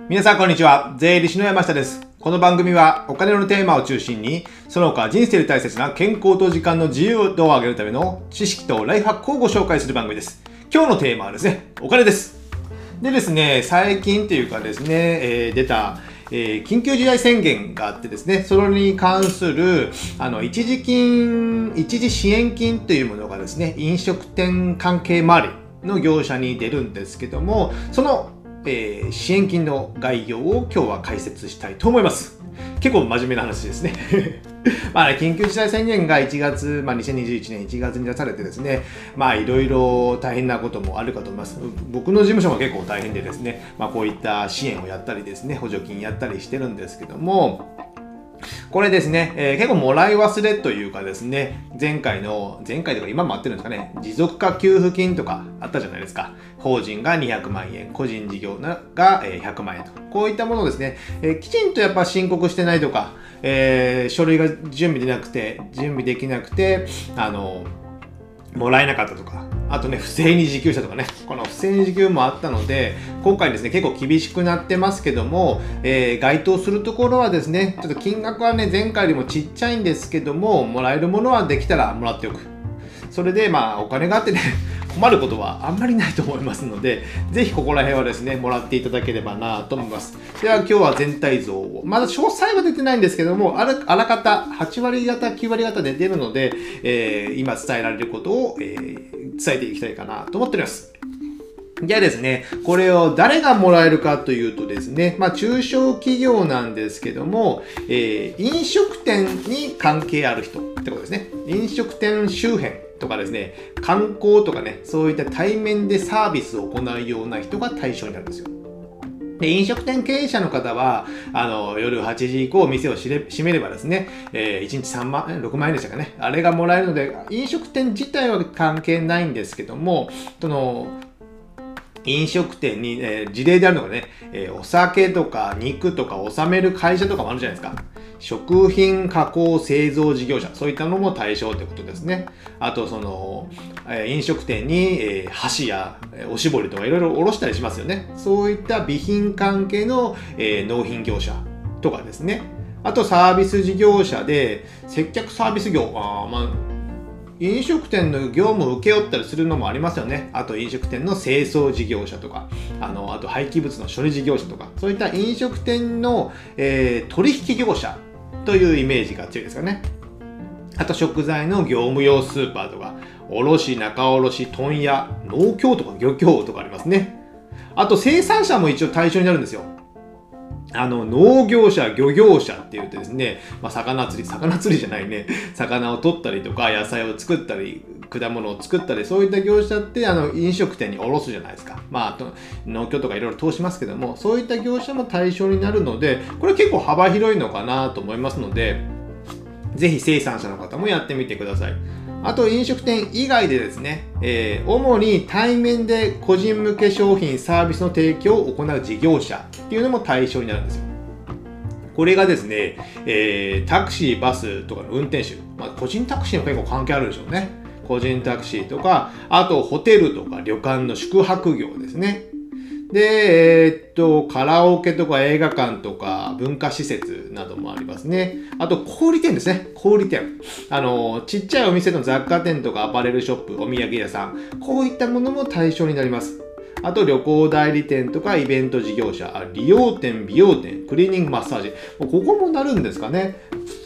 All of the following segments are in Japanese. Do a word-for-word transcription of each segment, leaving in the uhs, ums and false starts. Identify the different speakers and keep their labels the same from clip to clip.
Speaker 1: 皆さんこんにちは。税理士の山下です。この番組はお金のテーマを中心に、その他人生で大切な健康と時間の自由度を上げるための知識とライフハックをご紹介する番組です。今日のテーマはですね、お金です。でですね、最近というかですね、えー、出た、えー、緊急事態宣言があってですね、それに関するあの一時金、一時支援金というものがですね、飲食店関係周りの業者に出るんですけども、そのえー、支援金の概要を今日は解説したいと思います。結構真面目な話ですね。まあね、緊急事態宣言がいちがつ、まあ、にせんにじゅういちねんいちがつに出されてですね、まあいろいろ大変なこともあるかと思います。僕の事務所も結構大変でですね、まあこういった支援をやったりですね、補助金やったりしてるんですけども、これですね、えー、結構もらい忘れというかですね、前回の、前回とか今もあってるんですかね、持続化給付金とかあったじゃないですか。法人がにひゃくまんえん、個人事業がひゃくまんえんと。こういったものをですね、えー、きちんとやっぱ申告してないとか、えー、書類が準備でなくて、準備できなくて、あの、もらえなかったとか、あとね、不正に受給したとかね、この不正に受給もあったので、今回ですね、結構厳しくなってますけども、えー、該当するところはですね、ちょっと金額はね、前回よりもちっちゃいんですけども、もらえるものはできたらもらっておく。それで、まあ、お金があってね、困ることはあんまりないと思いますので、ぜひここら辺はですね、もらっていただければなと思います。では今日は全体像を、まだ詳細は出てないんですけども、あらあらかたはちわりがた、きゅうわりがたで出るので、えー、今伝えられることを、えー、伝えていきたいかなと思っております。じゃあですね、これを誰がもらえるかというとですね、まあ中小企業なんですけども、えー、飲食店に関係ある人ってことですね。飲食店周辺とかですね、観光とかね、そういった対面でサービスを行うような人が対象になるんですよ。で、飲食店経営者の方は、あの、夜はちじ以降店を閉めればですね、えー、いちにちさんまんえん、ろくまんえんでしたかね。あれがもらえるので、飲食店自体は関係ないんですけども、その、飲食店に、えー、事例であるのがね、えー、お酒とか肉とか納める会社とかもあるじゃないですか。食品加工製造事業者、そういったのも対象ってことですね。あと、その、えー、飲食店に、えー、箸や、えー、おしぼりとかいろいろ卸したりしますよね。そういった備品関係の、えー、納品業者とかですね。あと、サービス事業者で、接客サービス業、あまあ飲食店の業務を請け負ったりするのもありますよね。あと飲食店の清掃事業者とか、あの、あと廃棄物の処理事業者とか、そういった飲食店の、えー、取引業者というイメージが強いですかね。あと食材の業務用スーパーとか、卸、仲卸、問屋、農協とか漁協とかありますね。あと生産者も一応対象になるんですよ。あの、農業者、漁業者って言ってですね、まあ、魚釣り、魚釣りじゃないね、魚を取ったりとか、野菜を作ったり、果物を作ったり、そういった業者って、あの、飲食店に卸すじゃないですか。まあ、あと、農協とかいろいろ通しますけども、そういった業者も対象になるので、これ結構幅広いのかなと思いますので、ぜひ生産者の方もやってみてください。あと飲食店以外でですね、えー、主に対面で個人向け商品サービスの提供を行う事業者っていうのも対象になるんですよ。これがですね、えー、タクシー、バスとかの運転手、まあ、個人タクシーも結構関係あるでしょうね。個人タクシーとか、あとホテルとか旅館の宿泊業ですね。で、えー、っと、カラオケとか映画館とか文化施設などもありますね。あと、小売店ですね。小売店。あの、ちっちゃいお店の雑貨店とかアパレルショップ、お土産屋さん。こういったものも対象になります。あと、旅行代理店とかイベント事業者、理容店、美容店、クリーニングマッサージ。ここもなるんですかね。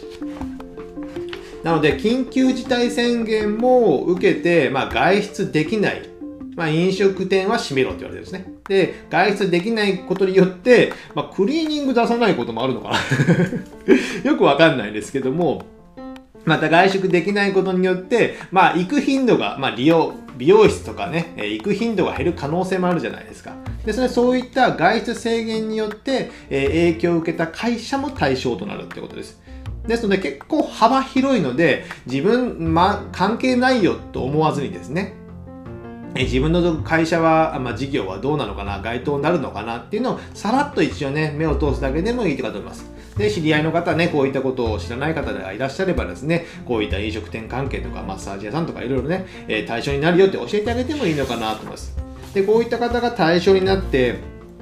Speaker 1: なので、緊急事態宣言も受けて、まあ、外出できない。まあ、飲食店は閉めろって言われてるんですね。で、外出できないことによって、まあ、クリーニング出さないこともあるのかなよくわかんないですけども、また外食できないことによって、まあ、行く頻度が、まあ、利用、美容室とかね、行く頻度が減る可能性もあるじゃないですか。で、それそういった外出制限によって、えー、影響を受けた会社も対象となるってことです。ですので、結構幅広いので、自分、まあ、関係ないよと思わずにですね、自分の会社は、まあ、事業はどうなのかな、該当になるのかなっていうのをさらっと一応ね、目を通すだけでもいいかと思います。で、知り合いの方ね、こういったことを知らない方がいらっしゃればですね、こういった飲食店関係とかマッサージ屋さんとかいろいろね、えー、対象になるよって教えてあげてもいいのかなと思います。で、こういった方が対象になって、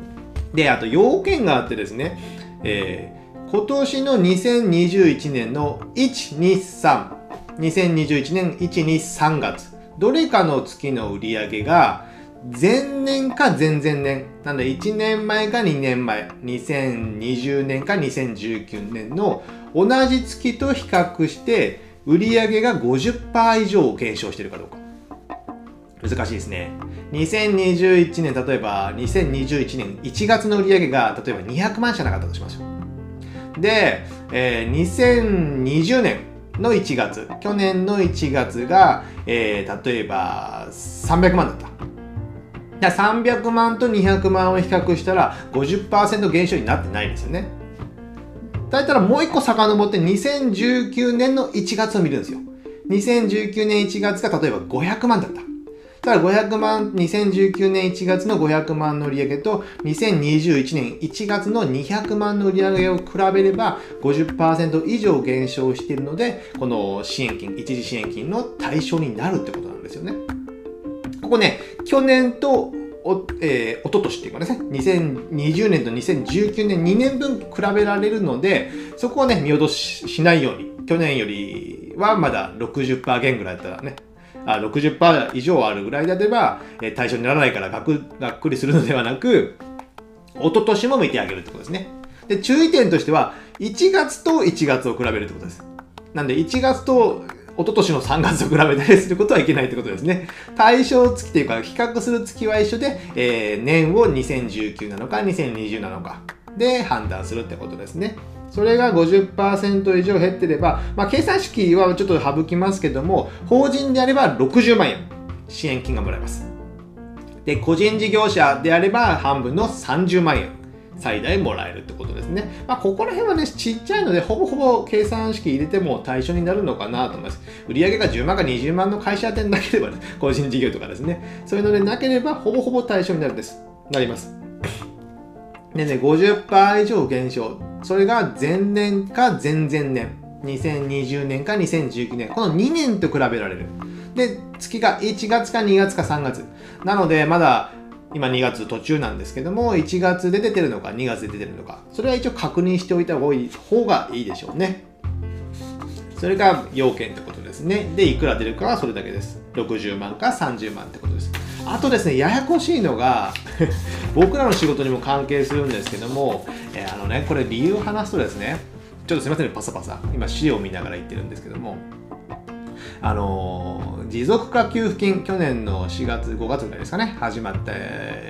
Speaker 1: で、あと要件があってですね、えー、今年のにせんにじゅういちねんのいち、に、さん、にせんにじゅういちねんいち、に、さんがつ、どれかの月の売り上げが前年か前々年、なのでいちねんまえかにねんまえ、にせんにじゅうねんかにせんじゅうきゅうねんの同じ月と比較して売り上げが ごじゅっパーセント 以上減少しているかどうか。難しいですね。にせんにじゅういちねん、例えばにせんにじゅういちねんいちがつの売り上げが例えばにひゃくまんしゃなかったとしましょう。で、えー、にせんにじゅうねんのいちがつ、去年のいちがつが、えー、例えばさんびゃくまんだった。じゃあさんびゃくまんとにひゃくまんを比較したら ごじゅっパーセント 減少になってないんですよね。だいたいもう一個遡ってにせんじゅうきゅうねんのいちがつを見るんですよ。にせんじゅうきゅうねんいちがつが例えばごひゃくまんだった。だからごひゃくまん、にせんじゅうきゅうねんいちがつのごひゃくまんの売り上げとにせんにじゅういちねんいちがつのにひゃくまんの売り上げを比べれば ごじゅっパーセント 以上減少しているので、この支援金、一時支援金の対象になるってことなんですよね。ここね、去年とお、えー、一昨年っていうかね、にせんにじゅうねんとにせんじゅうきゅうねんにねんぶん比べられるので、そこをね、見落とししないように、去年よりはまだ ろくじゅっパーセント 減ぐらいだったらね、あ ろくじゅっパーセント 以上あるぐらいであれば、えー、対象にならないからがくがっくりするのではなく、一昨年も見てあげるってことですね。で、注意点としては、いちがつといちがつを比べるってことです。なんで、いちがつと一昨年のさんがつと比べたりすることはいけないってことですね。対象月っていうか、比較する月は一緒で、えー、年をにせんじゅうきゅうなのかにせんにじゅうなのかで判断するってことですね。それが ごじゅっパーセント 以上減ってれば、まあ、計算式はちょっと省きますけども、法人であればろくじゅうまんえん支援金がもらえます。で、個人事業者であれば半分のさんじゅうまんえん最大もらえるってことですね。まあ、ここら辺はね、ちっちゃいので、ほぼほぼ計算式入れても対象になるのかなと思います。売上がじゅうまんかにじゅうまんの会社でなければ、ね、個人事業とかですね、そういうのでなければ、ほぼほぼ対象になるんです。なります。でね、ごじゅっパーセント 以上減少。それが前年か前々年。にせんにじゅうねんかにせんじゅうきゅうねん。このにねんと比べられる。で、月がいちがつかにがつかさんがつ。なので、まだ、今にがつ途中なんですけども、いちがつで出てるのかにがつで出てるのか、それは一応確認しておいた方がいいでしょうね。それが要件ってことですね。で、いくら出るかはそれだけです。ろくじゅうまんかさんじゅうまんってことです。あとですね、ややこしいのが僕らの仕事にも関係するんですけども、えー、あのね、これ理由を話すとですね、ちょっとすみませんね、パサパサ。今資料を見ながら言ってるんですけども、あのー、持続化給付金、去年のしがつ、ごがつぐらいですかね、始まって、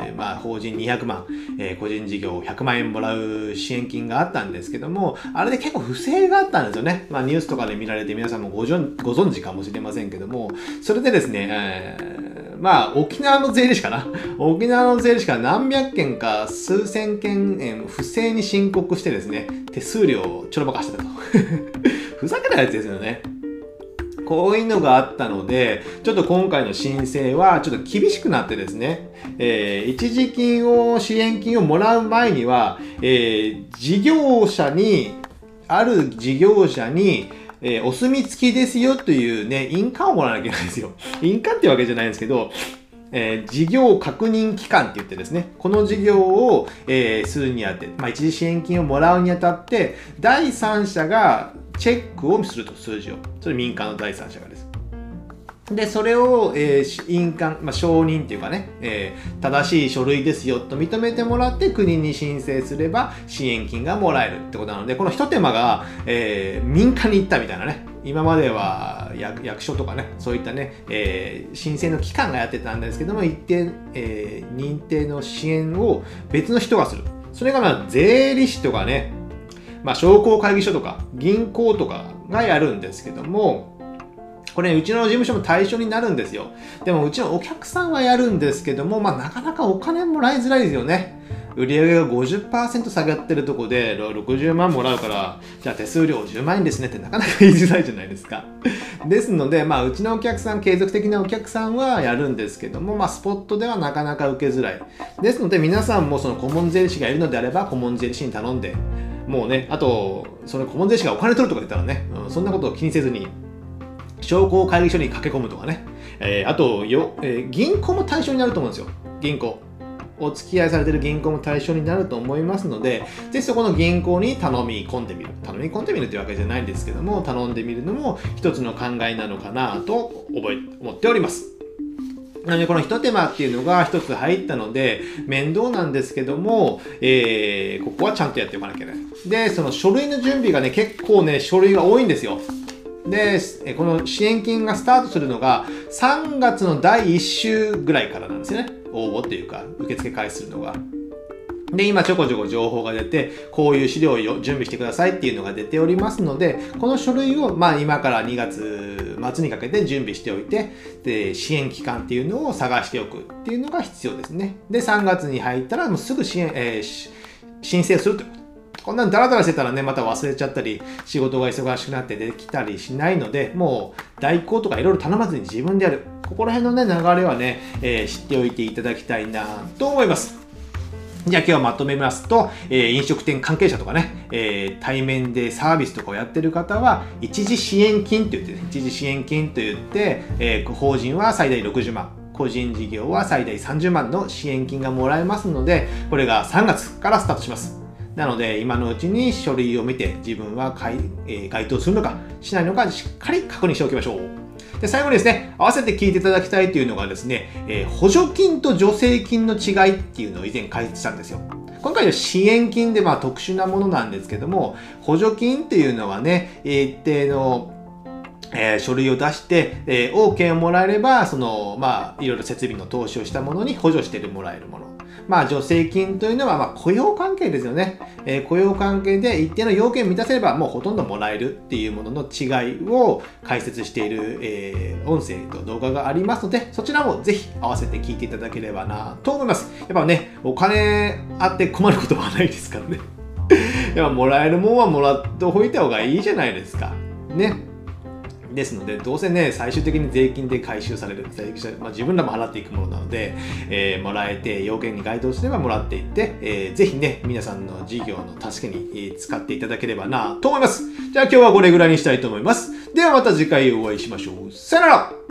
Speaker 1: まあ、法人にひゃくまん、えー、個人事業ひゃくまんえんもらう支援金があったんですけども、あれで結構不正があったんですよね。まあ、ニュースとかで見られて皆さんもご存ご存知かもしれませんけども、それでですね、えー、まあ、沖縄の税理士かな。沖縄の税理士が何百件か数千件、えー、不正に申告してですね、手数料をちょろまかしてたと。ふざけたやつですよね。こういうのがあったので、ちょっと今回の申請はちょっと厳しくなってですね、えー、一時金を、支援金をもらう前には、えー、事業者に、ある事業者に、えー、お墨付きですよというね、印鑑をもらわなきゃいけないんですよ。印鑑ってわけじゃないんですけど、えー、事業確認機関って言ってですね、この事業を、えー、するにあたって、まあ、一時支援金をもらうにあたって、第三者がチェックをすると、数字を。それ民間の第三者がです。で、それを、えー、印鑑、まあ、承認っていうかね、えー、正しい書類ですよと認めてもらって国に申請すれば支援金がもらえるってことなので、この一手間が、えー、民間に行ったみたいなね、今までは 役, 役所とかね、そういったね、えー、申請の機関がやってたんですけども、一定、えー、認定の支援を別の人がする。それがまあ税理士とかね、まあ、商工会議所とか銀行とかがやるんですけども、これ、ね、うちの事務所も対象になるんですよ。でもうちのお客さんはやるんですけども、まあ、なかなかお金もらいづらいですよね。売上が ごじゅっパーセント 下がってるとこでろくじゅうまんもらうから、じゃあ手数料じゅうまんえんですねってなかなか言いづらいじゃないですか。ですので、まあ、うちのお客さん、継続的なお客さんはやるんですけども、まあ、スポットではなかなか受けづらい。ですので、皆さんもその顧問税理士がいるのであれば、顧問税理士に頼んで、もうね、あと、その顧問税理士がお金取るとか言ったらね、うん、そんなことを気にせずに、商工会議所に駆け込むとかね、えー、あとよ、えー、銀行も対象になると思うんですよ、銀行。 お付き合いされている銀行も対象になると思いますので、ぜひそこの銀行に頼み込んでみる。頼み込んでみるというわけじゃないんですけども、頼んでみるのも一つの考えなのかなと覚え思っております。なので、この一手間っていうのが一つ入ったので、面倒なんですけども、えー、ここはちゃんとやっておかなきゃいけない。で、その書類の準備がね、結構ね、書類が多いんですよ。で、この支援金がスタートするのがさんがつのだいいっ週ぐらいからなんですよね。応募っていうか、受付開始するのが。で、今ちょこちょこ情報が出て、こういう資料を準備してくださいっていうのが出ておりますので、この書類を、まあ今からにがつ末にかけて準備しておいて、で、支援機関っていうのを探しておくっていうのが必要ですね。で、さんがつに入ったらもうすぐ支援、えー、申請するということ。こんなのダラダラしてたらね、また忘れちゃったり、仕事が忙しくなってできたりしないので、もう代行とかいろいろ頼まずに自分でやる。ここら辺のね、流れはね、えー、知っておいていただきたいなと思います。じゃあ今日はまとめますと、えー、飲食店関係者とかね、えー、対面でサービスとかをやってる方は、一時支援金と言って、ね、一時支援金と言って、えー、法人は最大ろくじゅうまん、個人事業は最大さんじゅうまんの支援金がもらえますので、これがさんがつからスタートします。なので、今のうちに書類を見て、自分は該、えー、該当するのか、しないのか、しっかり確認しておきましょう。で、最後にですね、合わせて聞いていただきたいというのがですね、えー、補助金と助成金の違いっていうのを以前解説したんですよ。今回の支援金でまあ特殊なものなんですけども、補助金っていうのはね、一定のえー、書類を出して、えー、OK をもらえれば、その、まあ、いろいろ設備の投資をしたものに補助してもらえるもの。まあ、助成金というのは、まあ、雇用関係ですよね。えー、雇用関係で一定の要件を満たせれば、もうほとんどもらえるっていうものの違いを解説している、えー、音声と動画がありますので、そちらもぜひ合わせて聞いていただければなと思います。やっぱね、お金あって困ることはないですからね。やっぱもらえるもんはもらっておいた方がいいじゃないですか。ね。ですので、どうせね、最終的に税金で回収される、まあ、自分らも払っていくものなので、えー、もらえて、要件に該当すればもらっていって、えー、ぜひね、皆さんの事業の助けに使っていただければなと思います。じゃあ今日はこれぐらいにしたいと思います。ではまた次回お会いしましょう。さよなら。